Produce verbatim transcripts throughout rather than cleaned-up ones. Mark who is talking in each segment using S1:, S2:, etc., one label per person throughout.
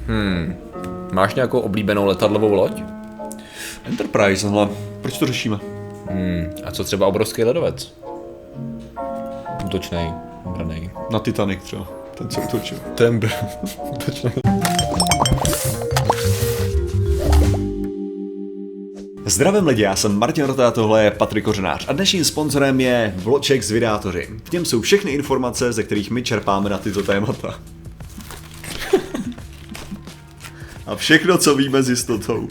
S1: Hmm. Máš nějakou oblíbenou letadlovou loď?
S2: Enterprise, ale proč to řešíme?
S1: Hmm. A co třeba obrovský ledovec? Útočnej, branej.
S2: Na Titanic třeba, ten co utočil.
S1: Ten byl útočnej.
S2: Zdravím lidi, já jsem Martin Rota, tohle je Patrik Kořenář a dnešním sponzorem je Vloček z Videátoři. V něm jsou všechny informace, ze kterých my čerpáme na tyto témata. A všechno, co víme s jistotou.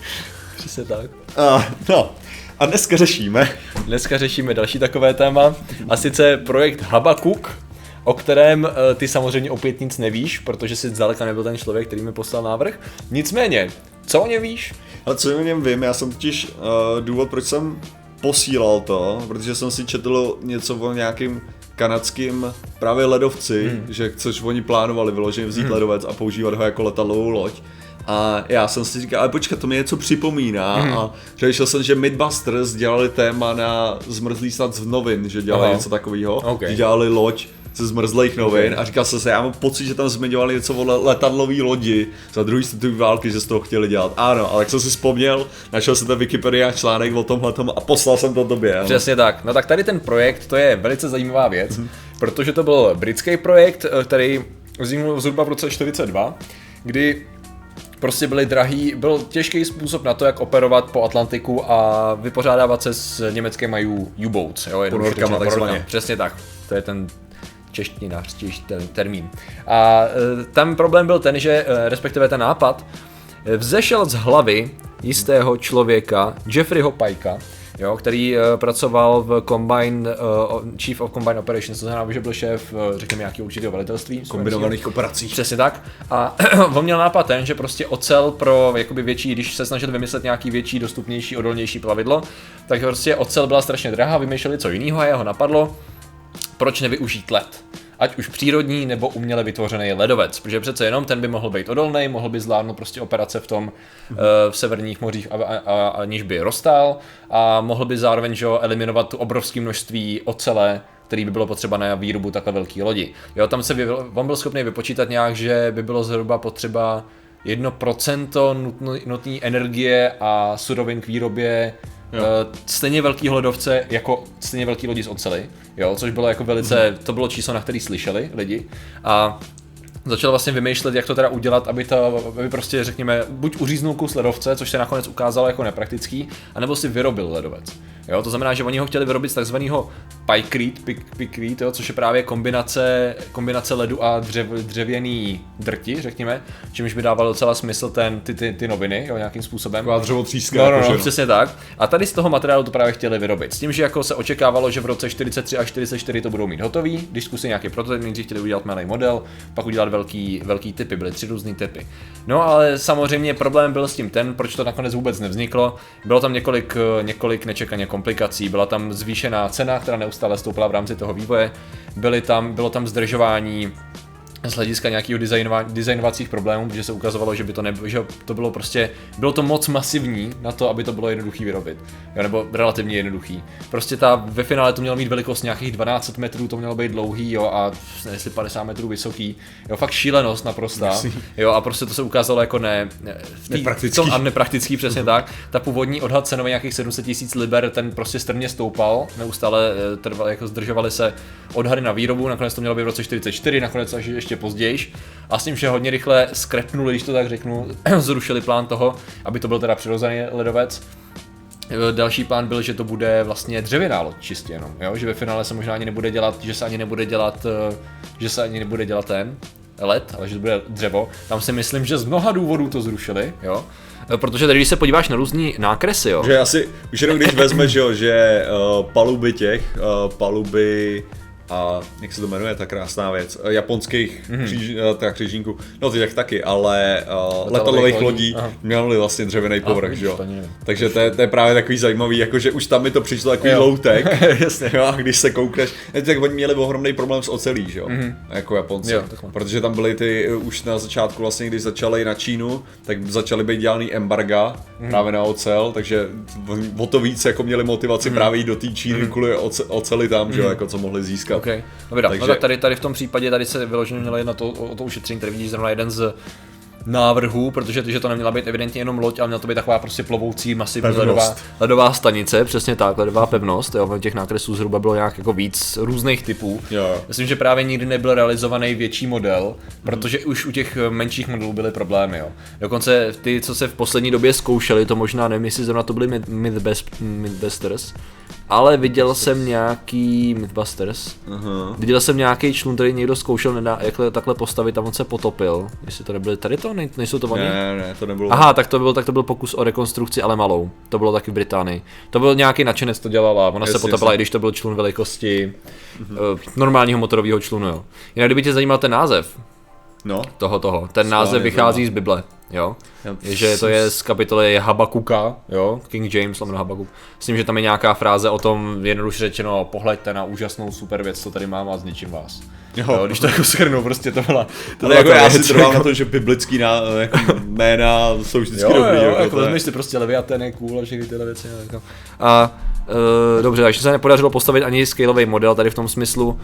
S1: Přesně tak.
S2: A, no, a dneska řešíme.
S1: Dneska řešíme další takové téma, a sice projekt Habakuk, o kterém e, ty samozřejmě opět nic nevíš, protože jsi zdaleka nebyl ten člověk, který mi poslal návrh. Nicméně, co o něm víš?
S2: Ale co o něm vím, já jsem totiž uh, důvod, proč jsem posílal to, protože jsem si četl něco o nějakým kanadským právě ledovci, hmm. že což oni plánovali vyloženě vzít hmm. ledovec a používat ho jako letadlovou loď. A já jsem si říkal, ale počkat, to mi něco připomíná mm. a řešil jsem, že Mythbusters dělali téma na zmrzlý snad z novin, že dělali Aha. něco takového, okay. že dělali loď ze zmrzlých novin okay. a říkal jsem si, já mám pocit, že tam zmiňovali něco o letadlový lodi za druhý světové války, že z toho chtěli dělat. Ano, ale jak jsem si vzpomněl, našel jsem ten Wikipedia článek o tomhletom a poslal jsem to tobě. Ano.
S1: Přesně tak. No tak tady ten projekt, to je velice zajímavá věc, mm. protože to byl britský projekt, který vznikl zhruba v roce čtyřicet dva, kdy prostě byly drahý, byl těžký způsob na to, jak operovat po Atlantiku a vypořádávat se s německými U-boats, jo,
S2: ponorkama takzvaně.
S1: Přesně tak, to je ten češtinářský termín. A e, tam problém byl ten, že e, respektive ten nápad e, vzešel z hlavy jistého člověka, Jeffreyho Pikea, jo, který uh, pracoval v Combine, uh, Chief of Combine Operations, to znamená, že byl šéf, uh, řekněme, nějakého určitého velitelství.
S2: Kombinovaných operací.
S1: Přesně tak. A on měl nápad ten, že prostě ocel pro jakoby větší, když se snažili vymyslet nějaký větší, dostupnější, odolnější plavidlo, tak prostě ocel byla strašně drahá, vymýšleli co jiného a jeho napadlo, proč nevyužít led. Ať už přírodní nebo uměle vytvořený ledovec, protože přece jenom ten by mohl být odolný, mohl by zvládnout prostě operace v tom mm. uh, v severních mořích, a, a, a, aniž by roztál a mohl by zároveň že, eliminovat tu obrovské množství ocele, který by bylo potřeba na výrobu takhle velké lodi. Jo, tam se vy, on byl schopný vypočítat nějak, že by bylo zhruba potřeba jedno procento nutné energie a surovin k výrobě Uh, stejně velký ledovce jako stejně velký lodi z oceli, jo, což bylo jako velice, mm. to bylo číslo, na který slyšeli lidi a začal vlastně vymýšlet, jak to teda udělat, aby to, aby prostě řekněme, buď uříznul kus ledovce, což se nakonec ukázalo jako nepraktický, anebo si vyrobil ledovec. Jo, to znamená, že oni ho chtěli vyrobit z takzvaného pykrete, pykrete, jo, což je právě kombinace, kombinace ledu a dřev, dřevěný drti, řekněme, čímž by dávalo docela smysl ten, ty, ty, ty noviny, jo, nějakým způsobem.
S2: Taková dřevotříska.
S1: No, no, no, přesně tak. A tady z toho materiálu to právě chtěli vyrobit. S tím, že jako se očekávalo, že v roce čtyřicet tři až čtyřicet čtyři to budou mít hotový, když zkusí nějaký prototyp, nejdřív chtěli udělat malý model, pak udělat velký, velký typy, byly tři různý typy. No ale samozřejmě problém byl s tím ten, proč to nakonec vůbec nevzniklo. Bylo tam několik, několik nečekaně komplikací, byla tam zvýšená cena, která neustále stoupala v rámci toho vývoje, byly tam, bylo tam zdržování z hlediska nějakého designova, designovacích problémů, protože se ukazovalo, že by to nebylo, že to bylo prostě, bylo to moc masivní na to, aby to bylo jednoduchý vyrobit, jo, nebo relativně jednoduchý. Prostě ta, ve finále to mělo mít velikost nějakých dvanáct metrů, to mělo být dlouhý, jo, a jestli padesát metrů vysoký, jo, fakt šílenost naprostá, jo, a prostě to se ukázalo jako ne, ne
S2: nepraktický.
S1: A nepraktický, přesně tak. Ta původní odhad cenový nějakých sedm set tisíc liber, ten prostě strmě stoupal, neustále trval, jako zdržovali se odhady na výrobu, nakonec to mělo být v roce čtyřicet čtyři, nakonec až ještě později. A s tím, že hodně rychle skrepnuli, když to tak řeknu, zrušili plán toho, aby to byl teda přirozený ledovec. Další plán byl, že to bude vlastně dřevěná loď čistě jenom, jo? Že ve finále se možná ani nebude dělat, že se ani nebude dělat, že se ani nebude dělat ten led, ale že to bude dřevo. Tam si myslím, že z mnoha důvodů to zrušili, jo? Protože tady, když se podíváš na různý nákresy, jo.
S2: Že asi, už jenom když vezmeš, jo, že uh, paluby těch, uh, paluby a jak se to jmenuje, ta krásná věc, japonských mm-hmm. kříž, křížníků, no ty tak taky, ale uh, letadlových lodí měli vlastně dřevěný povrch, že jo. Takže to je, to je právě takový zajímavý, jakože už tam mi to přišlo takový low-tech, jasně. Jo, a když se koukneš, tak oni měli ohromný problém s ocelí, že jo, mm-hmm. jako Japonci, jo, protože tam byly ty, už na začátku vlastně, když začali na Čínu, tak začaly být dělaný embarga mm-hmm. právě na ocel, takže o to víc jako měli motivaci mm-hmm. právě jít do té Číny mm-hmm. kvůli oce, oceli tam, že jo, jako co mohli získat.
S1: Okay. Dobrá, takže... no tak tady, tady v tom případě tady se vyloženě mělo jedno to, o to ušetření, tady vidíš zrovna jeden z návrhu, protože že to neměla být evidentně jenom loď, ale měla to být taková prostě plovoucí masivní
S2: Pevnost.
S1: ledová, ledová stanice, přesně tak, ledová pevnost, jo, těch nákresů zhruba bylo nějak jako víc různých typů.
S2: Jo.
S1: Myslím, že právě nikdy nebyl realizovaný větší model, protože už u těch menších modelů byly problémy, jo. Dokonce ty, co se v poslední době zkoušeli, to možná nevím, jestli zrovna to byly Myth- Mythbust- Mythbusters, ale viděl jsem nějaký Mythbusters,
S2: Aha.
S1: viděl jsem nějaký člun, který někdo zkoušel nedá, jakhle, takhle postavit a on se potopil, jestli to nebyly tady to, ne, nejsou to oni?
S2: Ne, ne, to nebylo.
S1: Aha, tak to, byl, tak to byl pokus o rekonstrukci, ale malou. To bylo taky v Británii. To byl nějaký nadšenec, to dělala, ona
S2: Jasně,
S1: se potopila,
S2: jasně.
S1: i když to byl člun velikosti mm-hmm. uh, normálního motorového člunu, jo. Jinak kdyby tě zajímal ten název
S2: No.
S1: toho toho, ten název
S2: Slávně
S1: vychází
S2: zajímá.
S1: z Bible, jo.
S2: Já-
S1: Je, že to je z kapitoly Habakuka, jo, King James, lomeno Habakuk. S tím, že tam je nějaká fráze o tom, jednoduše řečeno, pohleďte na úžasnou super věc, co tady mám a zničím vás.
S2: Jo.
S1: Jo, když to jako shrnu, prostě to byla, to
S2: Ale
S1: byla
S2: jako
S1: ta
S2: já
S1: věc,
S2: si trvám
S1: jako-
S2: na to, že biblický ná, jako jména jsou vždycky
S1: Jo,
S2: dobrý.
S1: jo,
S2: jako
S1: jako
S2: to je-
S1: vezmeš si prostě Leviathan je cool a všechny tyhle věci. Jako. A uh, dobře, takže se nepodařilo postavit ani scalový model tady v tom smyslu,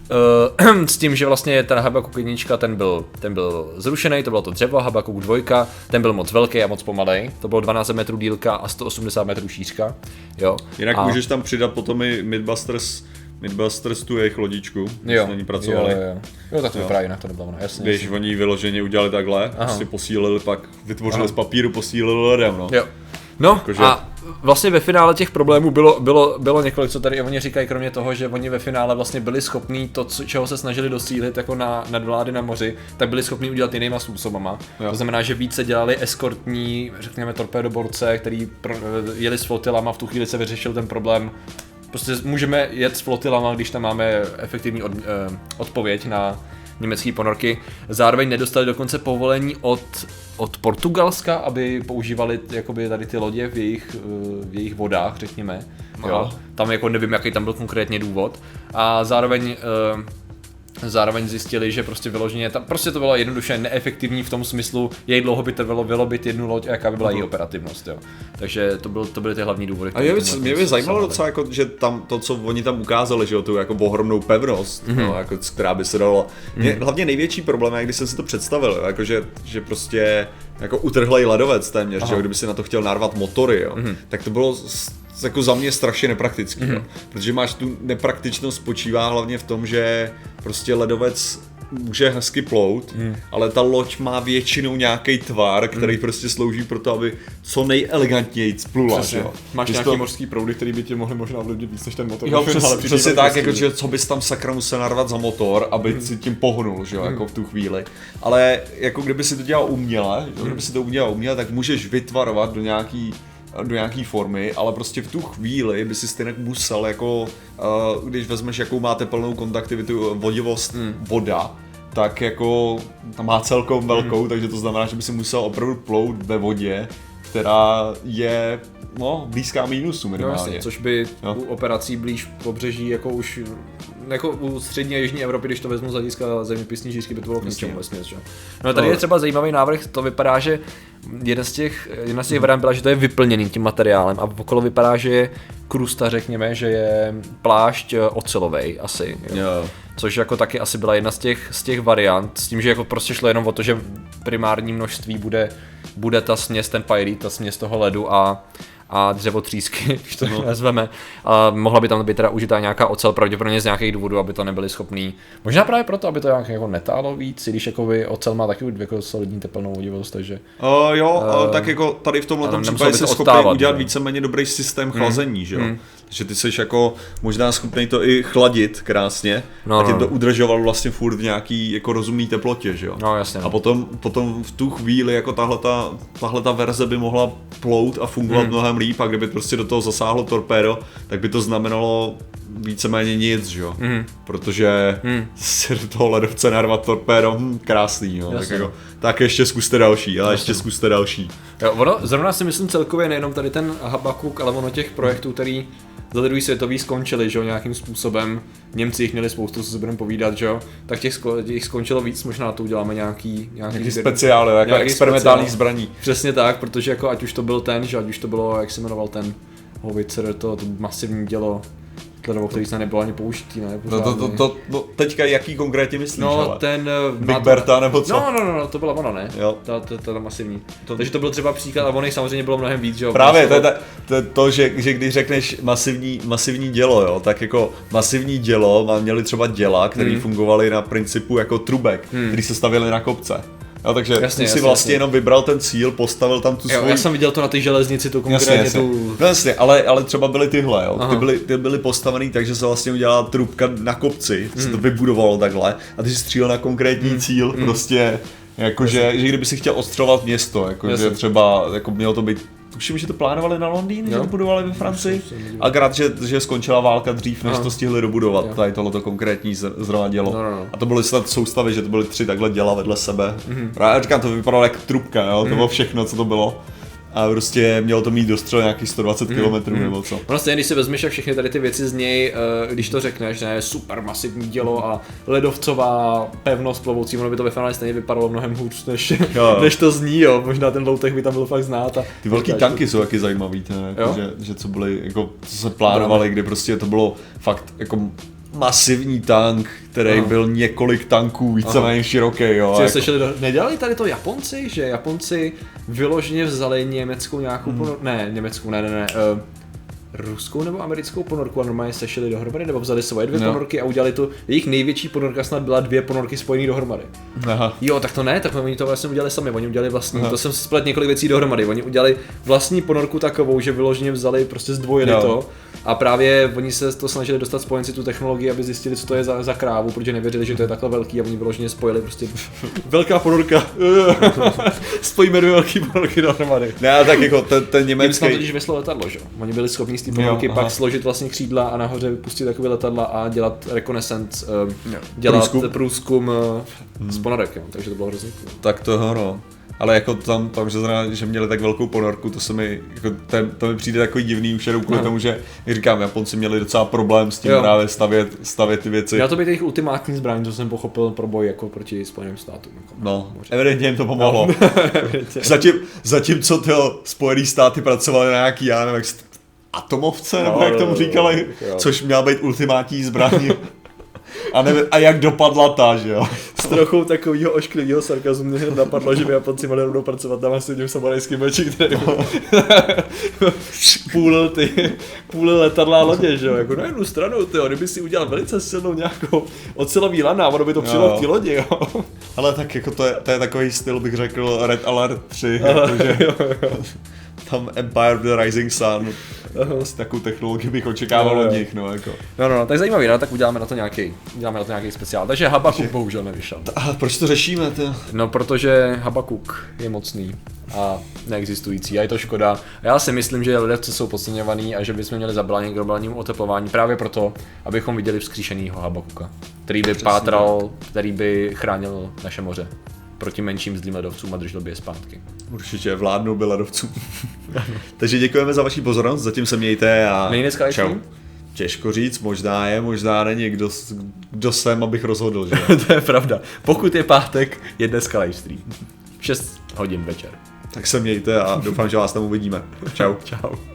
S1: uh, s tím, že vlastně ten Habakuk jednička, ten byl, ten byl zrušený, to bylo to dřevo, Habakuk dvojka, ten byl moc velký a moc pomalej, to bylo dvanáct metrů dílka a sto osmdesát metrů šířka, jo.
S2: Jinak
S1: a...
S2: můžeš tam přidat potom i Mythbusters, Mythbusters tu jejich lodičku, když
S1: jo,
S2: na ní pracovali.
S1: Jo, jo, jo, tak to vypadá jinak, to nebylo ono, jasně.
S2: Když
S1: jasně.
S2: oni vyloženě udělali takhle, prostě posílili, pak vytvořili
S1: Aha.
S2: z papíru, posílili ledem, no.
S1: Jo. No
S2: Jakože-
S1: a vlastně ve finále těch problémů bylo, bylo, bylo několik, co tady oni říkají, kromě toho, že oni ve finále vlastně byli schopní to, co, čeho se snažili docílit jako na nadvlády na moři, tak byli schopní udělat jinýma způsobama.
S2: Jo.
S1: To znamená, že více dělali eskortní, řekněme, torpédoborce, který pro, jeli s flotilama, v tu chvíli se vyřešil ten problém. Prostě můžeme jet s flotilama, když tam máme efektivní od, eh, odpověď na německé ponorky. Zároveň nedostali dokonce povolení od, od Portugalska, aby používali jakoby tady ty lodě v jejich, eh, v jejich vodách, řekněme. Jo. Tam jako nevím, jaký tam byl konkrétně důvod. A zároveň eh, zároveň zjistili, že prostě vyloženě tam, prostě to bylo jednoduše neefektivní v tom smyslu, jak dlouho by trvalo vylobit jednu loď a jaká by byla její operativnost, jo. Takže to, byl, to byly ty hlavní důvody.
S2: A mě by,
S1: které
S2: mě by zajímalo docela, jako, že tam to, co oni tam ukázali, že jo, tu jako ohromnou pevnost, mm-hmm. no, jako, která by se dalo. Mě, mm-hmm. Hlavně největší problém je, když jsem si to představil, jo, jako, že, že prostě jako utrhlej ledovec téměř, že jo, kdyby si na to chtěl narvat motory, jo, mm-hmm. tak to bylo s, jako za mě strašně nepraktický, mm-hmm. jo, protože máš tu nepraktičnost spočívá hlavně v tom, že prostě ledovec může hezky plout, hmm. ale ta loď má většinou nějaký tvar, který hmm. prostě slouží pro to, aby co nejelegantněji plula. Jo.
S1: Máš
S2: Když
S1: nějaký
S2: to...
S1: mořský proudy, který by tě mohly možná ovlivnit víc než ten motor.
S2: Jo, přes,
S1: ale
S2: přesně tak,
S1: prostě-
S2: jako, že co bys tam sakra musel narvat za motor, aby hmm. si tím pohnul, že jo, hmm. jako v tu chvíli. Ale jako kdyby si to dělal uměle, hmm. kdyby si to udělal uměle, tak můžeš vytvarovat do nějaký do nějaký formy, ale prostě v tu chvíli by si stejně musel, jako uh, když vezmeš, jakou má tepelnou kontaktivitu, vodivost, mm. voda, tak jako tam má celkom velkou, mm. takže to znamená, že by si musel opravdu plout ve vodě, která je no, blízká mínusu minimálně.
S1: No, jasně, což by
S2: no.
S1: u operací blíž pobřeží jako už jako u střední a jižní Evropy, když to vezmu z hlediska zeměpisní šířky, by to bylo k ničemu vesměs, že? No tady no. je třeba zajímavý návrh, to vypadá, že jedna z těch, jedna z těch variant byla, že to je vyplněný tím materiálem a okolo vypadá, že je krusta, řekněme, že je plášť ocelovej asi, jo.
S2: Jo.
S1: Což jako taky asi byla jedna z těch, z těch variant, s tím, že jako prostě šlo jenom o to, že primární množství bude, bude ta směs, ten pyrite, ta směs toho ledu a a dřevotřísky, když to no. nazveme. A mohla by tam být teda užitá nějaká ocel, pravděpodobně z nějakých důvodů, aby to nebyli schopní. Možná právě proto, aby to nějak jako netálo víc, i když jakoby ocel má taky jako solidní tepelnou vodivost, takže...
S2: Uh, jo, uh,
S1: uh,
S2: tak jako tady v tomhle
S1: tam
S2: případě jsi schopný
S1: odstávat,
S2: udělat
S1: ne?
S2: víceméně dobrý systém chlazení, mm. že jo?
S1: Mm.
S2: Takže ty jsi jako možná schopný to i chladit krásně
S1: no,
S2: a tě
S1: no.
S2: to udržoval vlastně furt v nějaký jako rozumný teplotě, že jo?
S1: No jasně.
S2: A potom, potom v tu chvíli jako tahleta, tahleta verze by mohla plout a fungovat mm. mnohem líp a kdyby prostě do toho zasáhlo torpédo, tak by to znamenalo víceméně nic, že jo? Mm. Protože mm. si do toho ledovce narvat torpédo, hm, krásný, jo? Tak, jako, tak ještě zkuste další, ale ještě zkuste další.
S1: Jo, ono, zrovna si myslím celkově nejenom tady ten Habakuk, ale ono těch projektů, který za druhý světový skončili, že jo, nějakým způsobem. Němci jich měli spoustu, co si budeme povídat, že jo, tak těch, těch skončilo víc, možná to uděláme nějaký... Nějaký,
S2: nějaký speciály, jako
S1: nějaký
S2: experimentální
S1: speciál.
S2: zbraní.
S1: Přesně tak, protože jako ať už to byl ten, že ať už to bylo, jak se jmenoval ten Howitzer, to, to masivní dělo, To nebo který snad nebylo ani použitý, ne?
S2: No to, to, to, no, teďka jaký konkrétně myslíš,
S1: No
S2: ale?
S1: ten...
S2: Big Berta nebo co?
S1: No, no, no, no, to byla ono, ne?
S2: Jo.
S1: Ta, ta, ta, ta masivní. To, takže to byl třeba příklad, a ono jich samozřejmě bylo mnohem víc, že jo?
S2: Právě, to je ta, to, je to že, že když řekneš masivní, masivní dělo, jo, tak jako masivní dělo, má měli třeba děla, které
S1: Hmm.
S2: fungovaly na principu jako trubek,
S1: Hmm.
S2: který se stavěly na kopce. Jo, takže
S1: Jasně,
S2: ty si
S1: jasně,
S2: vlastně
S1: jasně.
S2: jenom vybral ten cíl, postavil tam tu
S1: Jo,
S2: svou...
S1: já jsem viděl to na té železnici, tu konkrétně
S2: Jasně, jasně.
S1: tu...
S2: No jasně, ale, ale třeba byly tyhle, jo. Ty
S1: Aha.
S2: byly, ty byly postavený tak, že se vlastně udělala trubka na kopci, se to vybudovalo takhle a ty si střílel na konkrétní cíl, prostě jakože, že kdyby si chtěl ostřelovat město, jakože
S1: Jasně.
S2: třeba, jako mělo to být, tuším, že to plánovali na Londýn, že
S1: Jo.
S2: to budovali ve Francii,
S1: To jsem
S2: a krát, že, že skončila válka dřív, než
S1: Aha.
S2: to stihli dobudovat,
S1: Jo.
S2: tady tohleto konkrétní zr- zrovna dělo.
S1: No, no, no.
S2: A to byly snad soustavy, že to byly tři takhle děla vedle sebe. Já říkám, to vypadalo jak trubka, jo, to bylo všechno, co to bylo. A prostě mělo to mít dostřel nějakých sto dvacet kilometrů nebo co.
S1: Ono stejně, když si vezmeš jak všechny tady ty věci z něj, eh, když to řekneš, ne, super masivní dělo a ledovcová pevnost plovoucí, ono by to ve finále stejně vypadalo mnohem hůř, než,
S2: Jo.
S1: než to zní, jo. Možná ten low-tech by tam byl fakt znát. A
S2: Ty velký
S1: říkáš,
S2: tanky jsou taky zajímavý, ne?
S1: Jo?
S2: Jako, že, že co byly, jako, co se plánovali, kdy prostě to bylo fakt jako masivní tank, který
S1: Aha.
S2: byl několik tanků, víceméně široký, jo.
S1: Jsi
S2: Jako,
S1: slyšeli, do- nedělali tady to Japonci, že Japonci vyloženě vzali německou nějakou
S2: Hmm.
S1: ponor... ne, německou, ne, ne, ne, uh, ruskou nebo americkou ponorku a normálně sešili dohromady, nebo vzali svoje dvě
S2: No.
S1: ponorky a udělali to, jejich největší ponorka snad byla dvě ponorky spojené dohromady.
S2: Aha.
S1: Jo, tak to ne, tak oni to vlastně udělali sami, oni udělali vlastní,
S2: Aha.
S1: to jsem splet několik věcí dohromady, oni udělali vlastní ponorku takovou, že vyloženě vzali, prostě zdvojili
S2: Jo.
S1: to a právě oni se to snažili dostat spojenci tu technologii, aby zjistili, co to je za, za krávu, protože nevěřili, že to je takhle velký a oni vyloženě spojili prostě velká ponorka, spojíme dvě velké ponorky dohromady.
S2: Ne, ale tak jako ten, ten
S1: Jim
S2: německý...
S1: snad totiž vyslo letadlo, že? Oni byli schopni z té ponorky
S2: Jo,
S1: pak
S2: aha.
S1: složit vlastně křídla a nahoře vypustit takové letadla a dělat rekonescent,
S2: Jo.
S1: dělat
S2: Průzkum.
S1: průzkum, průzkum uh, z ponorek, jo. Takže to bylo hrozně cool.
S2: Tak to no. Ale jako tam, tam že, zna, že měli tak velkou ponorku, to se mi, jako, to, to mi přijde takový divný už jenom kvůli
S1: Aha.
S2: tomu, že, jak říkám, Japonci měli docela problém s tím
S1: Jo.
S2: právě stavět, stavět ty věci.
S1: Měla to být jejich ultimátní zbraň, co jsem pochopil pro boj jako proti Spojeným státům. Jako.
S2: No, evidentně jim to pomohlo.
S1: No.
S2: Zatím, zatímco ty Spojený státy pracovaly na nějaký, já nevím, jak se- atomovce, nebo
S1: No,
S2: jak tomu
S1: no,
S2: říkali,
S1: jo.
S2: což měla být ultimátní zbraň. A, nevím, a jak dopadla ta, že jo?
S1: S trochou takového ošklivého sarkazmu mě napadlo, že by Japonci mohli rovnou pracovat na masivním samurajském meči, který půl ty, půl letadla a lodě, že jo, jako na jednu stranu, tyjo, kdyby si udělal velice silnou nějakou ocelový lana, ono by to přilo
S2: Jo.
S1: v té lodi, jo.
S2: Ale tak jako to je, to je takový styl, bych řekl, Red Alert tři,
S1: Aha,
S2: jakože
S1: jo, jo.
S2: tam Empire of the Rising Sun,
S1: Aha.
S2: asi takovou technologii bych očekával
S1: Jo, jo.
S2: od nich, no jako.
S1: No, no, no, tak zajímavý, no, tak uděláme na to nějaký, uděláme na to nějaký speciál, takže Habakuk bohužel nevyšel.
S2: A proč to řešíme, ty?
S1: No, protože Habakuk je mocný a neexistující a je to škoda. A já si myslím, že lidé jsou podceňovaný a že bychom měli zabránit globálnímu oteplování právě proto, abychom viděli vzkříšenýho Habakuka, který by
S2: Přesně
S1: pátral, který by chránil naše moře proti menším zlým ledovcům a držel by je zpátky.
S2: Určitě vládnou by ledovcům. Takže děkujeme za vaši pozornost, zatím se mějte a
S1: Není dneska live
S2: čau.
S1: stream?
S2: Těžko říct, možná je, možná není, kdo, kdo jsem, abych rozhodl, že?
S1: To je pravda. Pokud je pátek, je dneska live stream. šest hodin večer.
S2: Tak se mějte a doufám, že vás tam uvidíme. Čau.
S1: Čau.